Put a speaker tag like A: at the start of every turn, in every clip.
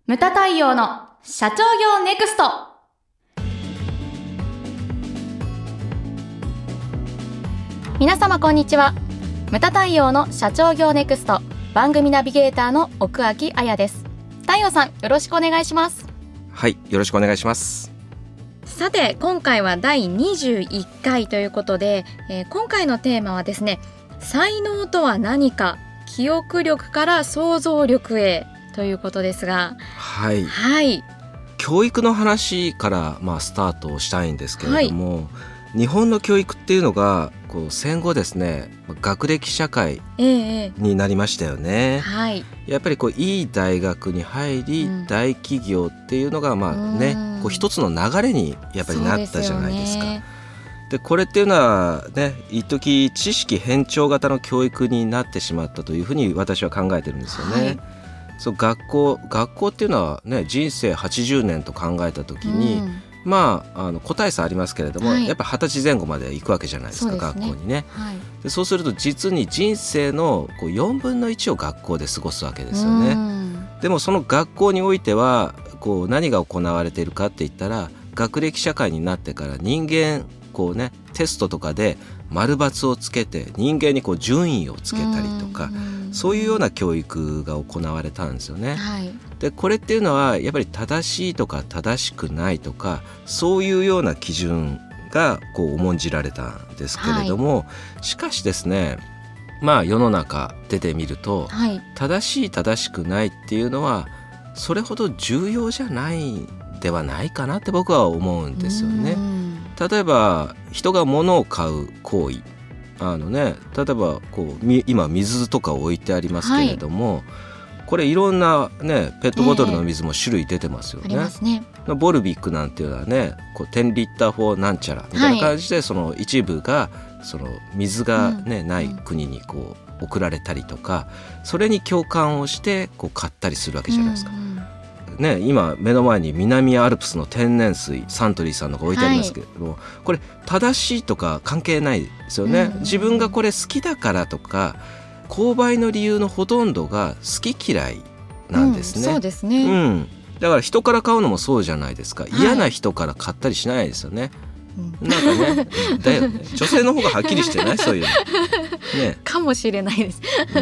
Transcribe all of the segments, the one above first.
A: ムタ太陽の社長業ネクスト。皆様こんにちは。ムタ太陽の社長業ネクスト番組ナビゲーターの奥脇彩です。太陽さん、よろしくお願いします。
B: はい、よろしくお願いします。
A: さて、今回は第21回ということで、今回のテーマはですね、才能とは何か、記憶力から想像力へということですが、
B: はい、
A: はい、
B: 教育の話から、スタートをしたいんですけれども、日本の教育っていうのが戦後ですね、学歴社会になりましたよね。やっぱりいい大学に入り、大企業っていうのが一つの流れにやっぱりなったじゃないですか。でこれっていうのはね、一時知識偏重型の教育になってしまったというふうに私は考えてるんですよね。そう、学校っていうのはね、人生80年と考えた時に、個体差ありますけれども、やっぱり20歳前後まで行くわけじゃないですか、学校にね。でそうすると実に人生の4分の1を学校で過ごすわけですよね。でもその学校においては何が行われているかって言ったら、学歴社会になってから人間テストとかで丸×をつけて人間に順位をつけたりとか、そういうような教育が行われたんですよね。でこれっていうのはやっぱり正しいとか正しくないとか、そういうような基準が重んじられたんですけれども、しかしですね、世の中出てみると、正しい正しくないっていうのはそれほど重要じゃないではないかなって僕は思うんですよね。例えば人が物を買う行為、例えば今水とか置いてありますけれども、これいろんなね、ペットボトルの水も種類出てますよね。ありますね。ボルビックなんていうのはね、10リッターフォーなんちゃらみたいな感じで、その一部がその水が、ない国に送られたりとか、それに共感をして買ったりするわけじゃないですか。今目の前に南アルプスの天然水サントリーさんのが置いてありますけれども、これ正しいとか関係ないですよね。自分がこれ好きだからとか、購買の理由のほとんどが好き嫌いなんですね。
A: そうですね。
B: だから人から買うのもそうじゃないですか。嫌な人から買ったりしないですよね。なんかね、だよね。女性の方がはっきりしてない、そういうのね。
A: かもしれないです。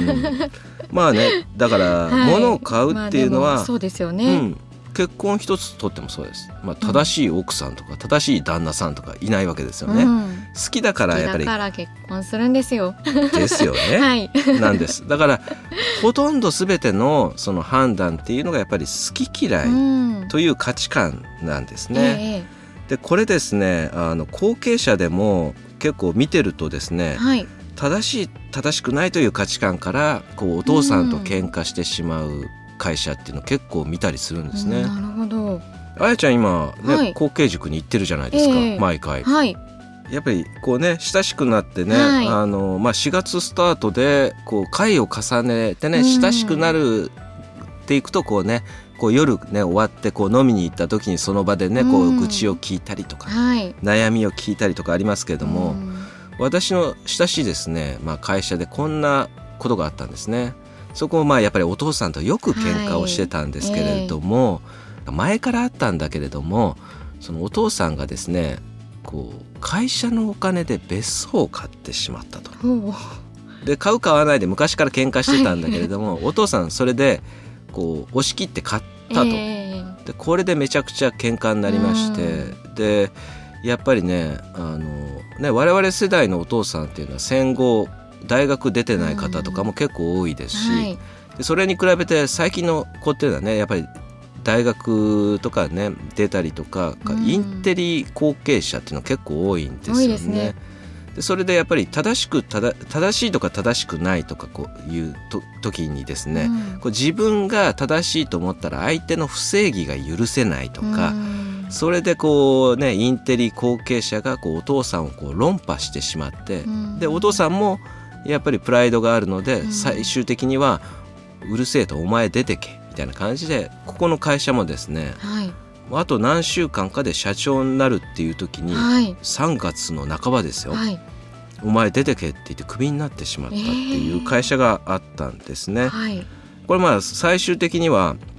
B: だから物を買うっていうのは、
A: そうですよね。
B: 結婚一つとってもそうです。正しい奥さんとか正しい旦那さんとかいないわけですよね。好きだからやっぱり。
A: 好きだから結婚するんですよ。
B: ですよね。なんです。だからほとんど全てのその判断っていうのがやっぱり好き嫌いという価値観なんですね。でこれですね、後継者でも結構見てるとですね、正しい正しくないという価値観からお父さんと喧嘩してしまう会社っていうの結構見たりするんですね。
A: なるほど。
B: あやちゃん今、後継塾に行ってるじゃないですか、毎回。やっぱり親しくなってね、4月スタートで回を重ねてね、親しくなるっていくと夜ね終わって飲みに行った時にその場でね愚痴を聞いたりとか、悩みを聞いたりとかありますけれども、私の親しいですね、会社でこんなことがあったんですね。そこもやっぱりお父さんとよく喧嘩をしてたんですけれども、前からあったんだけれども、そのお父さんがですね会社のお金で別荘を買ってしまったと。で買う買わないで昔から喧嘩してたんだけれども、お父さんそれで押し切って買ったと。でこれでめちゃくちゃ喧嘩になりまして、でやっぱりね、我々世代のお父さんっていうのは戦後大学出てない方とかも結構多いですし、でそれに比べて最近の子っていうのはね、やっぱり大学とかね出たりとか、インテリ後継者っていうの結構多いんですよね。多いですね。でそれでやっぱり正しいとか正しくないとかいう時にですね、自分が正しいと思ったら相手の不正義が許せないとか、それでインテリ後継者がお父さんを論破してしまって、でお父さんもやっぱりプライドがあるので、最終的にはうるせえと、お前出てけみたいな感じで、ここの会社もですね、あと何週間かで社長になるっていう時に、3月の半ばですよ、お前出てけって言ってクビになってしまったっていう会社があったんですね。これ最終的には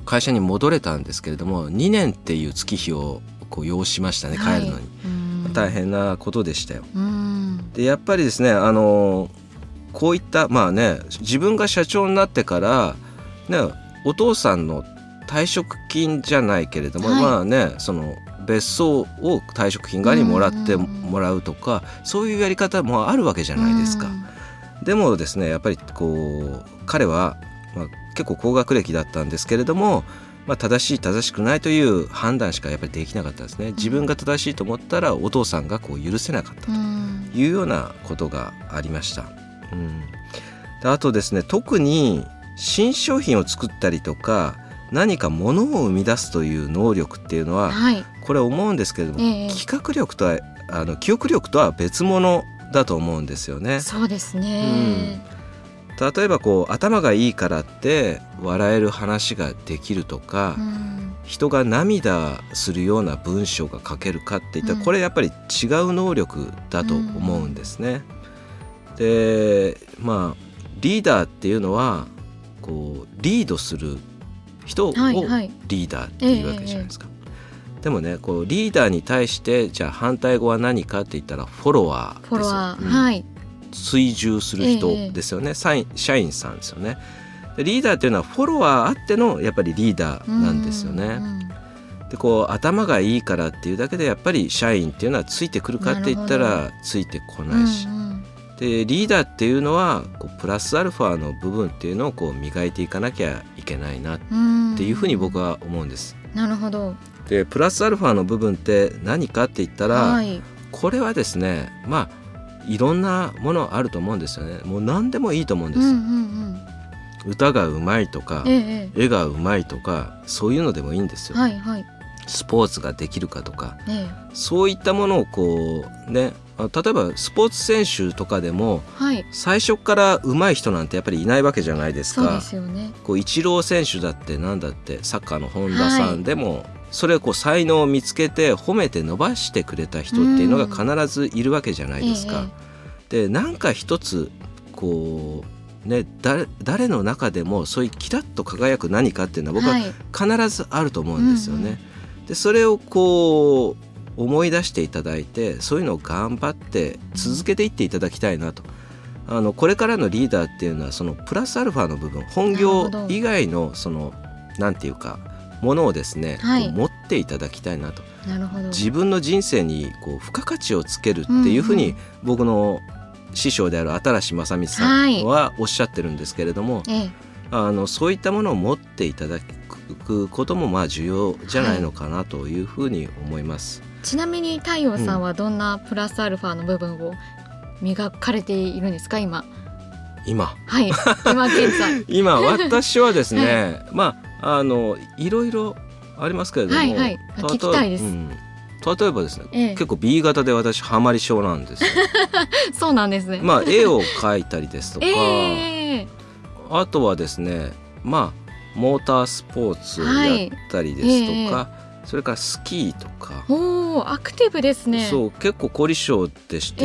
B: 会社に戻れたんですけれども、2年っていう月日をこう要しましたね、帰るのに、大変なことでしたよ。でやっぱりですね、こういった自分が社長になってから、ね、お父さんの退職金じゃないけれども、その別荘を退職金代わりにもらってもらうとか、そういうやり方もあるわけじゃないですか。でもですね、やっぱりこう彼は、結構高学歴だったんですけれども、正しい正しくないという判断しかやっぱりできなかったですね。自分が正しいと思ったらお父さんがこう許せなかったというようなことがありました。であとですね、特に新商品を作ったりとか何かものを生み出すという能力っていうのは、これ思うんですけれども、企画力とは記憶力とは別物だと思うんですよね。
A: そうですね、
B: 例えばこう頭がいいからって笑える話ができるとか、人が涙するような文章が書けるかっていったら、これやっぱり違う能力だと思うんですね。でリーダーっていうのはこうリードする人をリーダーっていうわけじゃないですか。でもね、こうリーダーに対してじゃあ反対語は何かって言ったらフォロワーですよ。追従する人ですよね、社員さんですよね。でリーダーっていうのはフォロワーあってのやっぱりリーダーなんですよね。でこう頭がいいからっていうだけでやっぱり社員っていうのはついてくるかって言ったらついてこないし、でリーダーっていうのはこうプラスアルファの部分っていうのをこう磨いていかなきゃいけないなっていうふうに僕は思うんです。
A: なるほど。
B: でプラスアルファの部分って何かって言ったら、これはですね、いろんなものあると思うんですよね。もう何でもいいと思うんです。歌がうまいとか、絵がうまいとか、そういうのでもいいんですよ。スポーツができるかとか、そういったものをこうね、例えばスポーツ選手とかでも、最初からうまい人なんてやっぱりいないわけじゃないですか。
A: そうですよね。
B: こうイチロー選手だってなんだってサッカーの本田さんでも、それをこう才能を見つけて褒めて伸ばしてくれた人っていうのが必ずいるわけじゃないですか。でなんか一つこうね、誰の中でもそういうキラッと輝く何かっていうのは僕は必ずあると思うんですよね。でそれをこう思い出していただいて、そういうのを頑張って続けていっていただきたいなと。これからのリーダーっていうのはそのプラスアルファの部分、本業以外のそのなんていうかものをですね、持っていただきたいなと。自分の人生にこう付加価値をつけるっていうふうに、僕の師匠である新正光さんはおっしゃってるんですけれども、そういったものを持っていただくことも重要じゃないのかなというふうに思います。
A: ちなみに太陽さんはどんなプラスアルファの部分を磨かれているんですか、今現在
B: 今私はですね、いろいろありますけれども、
A: 聞きたいです。
B: 例えばですね、結構 B 型で私ハマり症なんですよ
A: そうなんですね。
B: 絵を描いたりですとか、あとはですね、モータースポーツをやったりですとか、それからスキーとか。
A: アクティブですね。
B: そう、結構凝り性でして、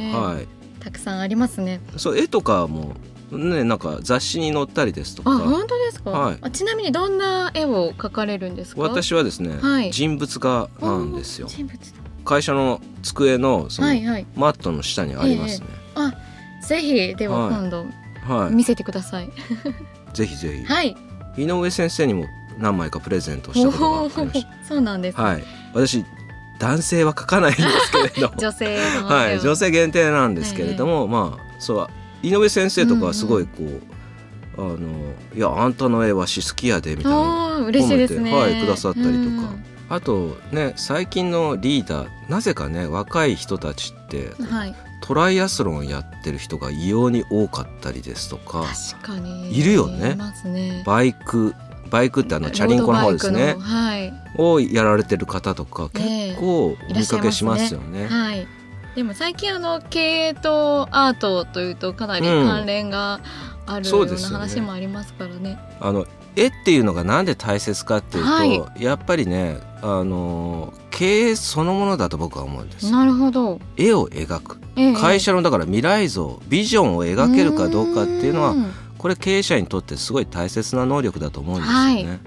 A: たくさんありますね。
B: そう絵とかもね、なんか雑誌に載ったりですとか。
A: 本当ですか。ちなみにどんな絵を描かれるんですか。
B: 私はですね、人物画なんですよ。会社の机のそのマットの下にありますね。
A: ぜひでは今度見せてください。
B: ぜひぜひ。井上先生にも何枚かプレゼントしたことがありました。
A: そうなんです。
B: 私男性は描かないんですけれども
A: 女性の
B: 女性限定なんですけれども、そう井上先生とかはすごいこう、いやあんたの絵は好きやでみたいな
A: 嬉しいですね、
B: くださったりとか、あとね、最近のリーダーなぜかね、若い人たちって、トライアスロンやってる人が異様に多かったりですとか。
A: 確かに
B: いるよね。バイクってチャリンコの方ですね、をやられてる方とか結構お見かけしますよね。
A: でも最近経営とアートというとかなり関連があるような話もありますからね。
B: 絵っていうのがなんで大切かっていうと、やっぱりね、経営そのものだと僕は思うんです。
A: なるほど。
B: 絵を描く、会社のだから未来像、ビジョンを描けるかどうかっていうのは、これ経営者にとってすごい大切な能力だと思うんですよね。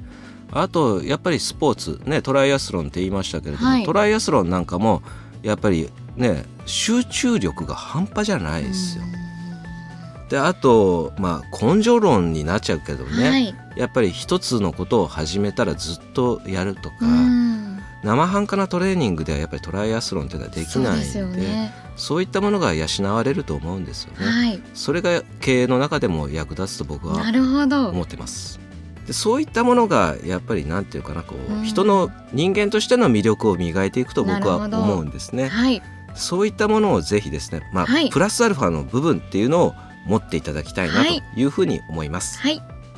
B: あとやっぱりスポーツね、トライアスロンって言いましたけれども、トライアスロンなんかもやっぱりね、集中力が半端じゃないですよ。であと、根性論になっちゃうけどね、やっぱり一つのことを始めたらずっとやるとか、生半可なトレーニングではやっぱりトライアスロンっていうのはできないので、そういったものが養われると思うんですよね。それが経営の中でも役立つと僕は思ってます。でそういったものがやっぱりなんていうかな、人の人間としての魅力を磨いていくと僕は思うんですね。そういったものをぜひですね、プラスアルファの部分っていうのを持っていただきたいなというふうに思います。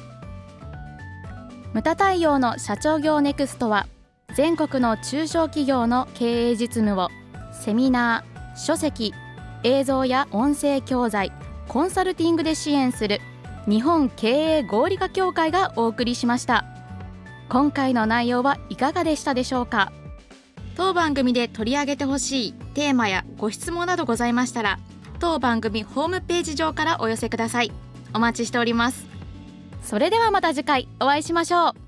C: ムタ太陽の社長業ネクストは、全国の中小企業の経営実務をセミナー、書籍、映像や音声教材、コンサルティングで支援する日本経営合理化協会がお送りしました。今回の内容はいかがでしたでしょうか。当番組で取り上げてほしいテーマやご質問などございましたら、当番組ホームページ上からお寄せください。お待ちしております。それではまた次回お会いしましょう。